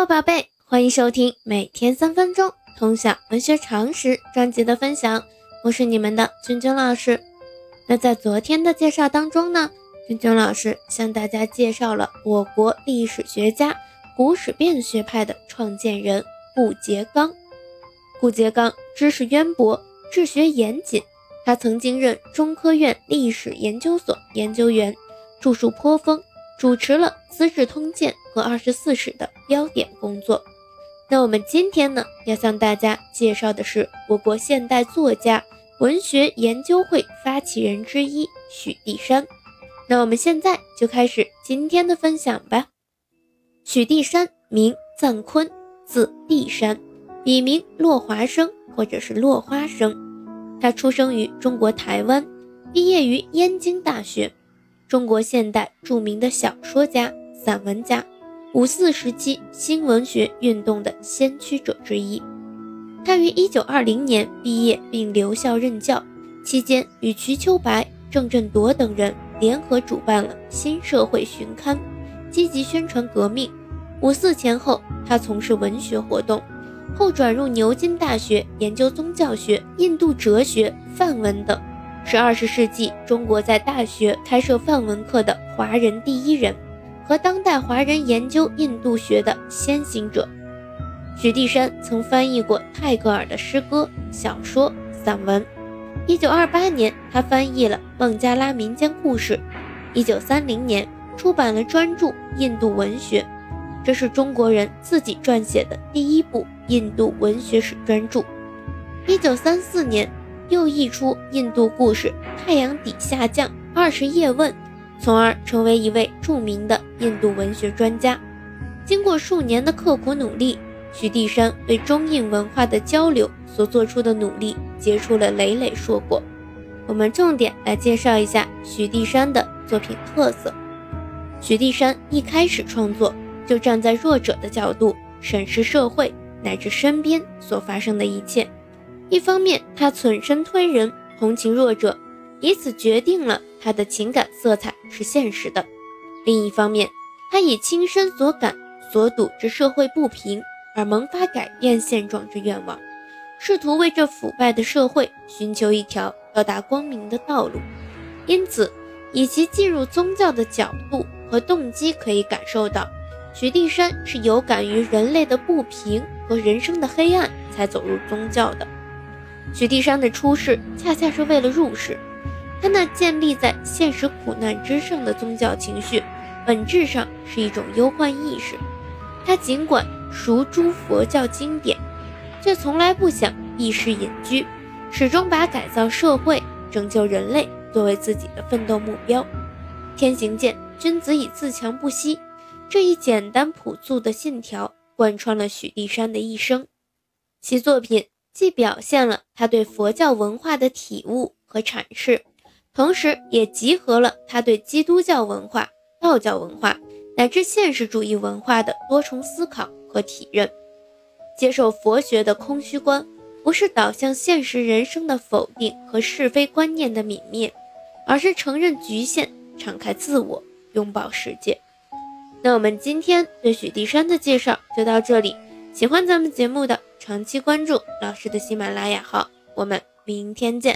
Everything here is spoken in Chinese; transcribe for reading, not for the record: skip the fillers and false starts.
宝贝，欢迎收听每天3分钟通晓文学常识专辑的分享，我是你们的君君老师。那在昨天的介绍当中呢，君君老师向大家介绍了我国历史学家古史辨学派的创建人顾颉刚。顾颉刚知识渊博，治学严谨，他曾经任中科院历史研究所研究员，著述颇丰，主持了《资治通鉴》和24史的标点工作。那我们今天呢，要向大家介绍的是我国现代作家、文学研究会发起人之一许地山。那我们现在就开始今天的分享吧。许地山名赞坤，字地山，笔名落华生或者是落花生。他出生于中国台湾，毕业于燕京大学，中国现代著名的小说家、散文家，54时期新文学运动的先驱者之一。他于1920年毕业并留校任教，期间与瞿秋白、郑振铎等人联合主办了新社会巡刊，积极宣传革命。54前后，他从事文学活动，后转入牛津大学研究宗教学、印度哲学、梵文等，是20世纪中国在大学开设梵文课的华人第一人，和当代华人研究印度学的先行者。许地山曾翻译过泰戈尔的诗歌、小说、散文。1928年，他翻译了孟加拉民间故事。1930年，出版了专著《印度文学》，这是中国人自己撰写的第一部印度文学史专著。1934年，又译出印度故事《太阳底下降20叶问》，从而成为一位著名的印度文学专家。经过数年的刻苦努力，许地山对中印文化的交流所做出的努力结出了累累硕果。我们重点来介绍一下许地山的作品特色。许地山一开始创作就站在弱者的角度审视社会乃至身边所发生的一切。一方面，他存身推人，同情弱者，以此决定了他的情感色彩是现实的。另一方面，他以亲身所感所睹之社会不平而萌发改变现状之愿望，试图为这腐败的社会寻求一条到达光明的道路。因此，以其进入宗教的角度和动机可以感受到，许地山是有感于人类的不平和人生的黑暗才走入宗教的。许地山的出世恰恰是为了入世，他那建立在现实苦难之上的宗教情绪，本质上是一种忧患意识。他尽管熟诸佛教经典，却从来不想避世隐居，始终把改造社会、拯救人类作为自己的奋斗目标。天行健，君子以自强不息，这一简单朴素的信条贯穿了许地山的一生。其作品既表现了他对佛教文化的体悟和阐释，同时也集合了他对基督教文化、道教文化乃至现实主义文化的多重思考和体认。接受佛学的空虚观，不是导向现实人生的否定和是非观念的泯灭，而是承认局限，敞开自我，拥抱世界。那我们今天对许地山的介绍就到这里，喜欢咱们节目的长期关注老师的喜马拉雅号，我们明天见。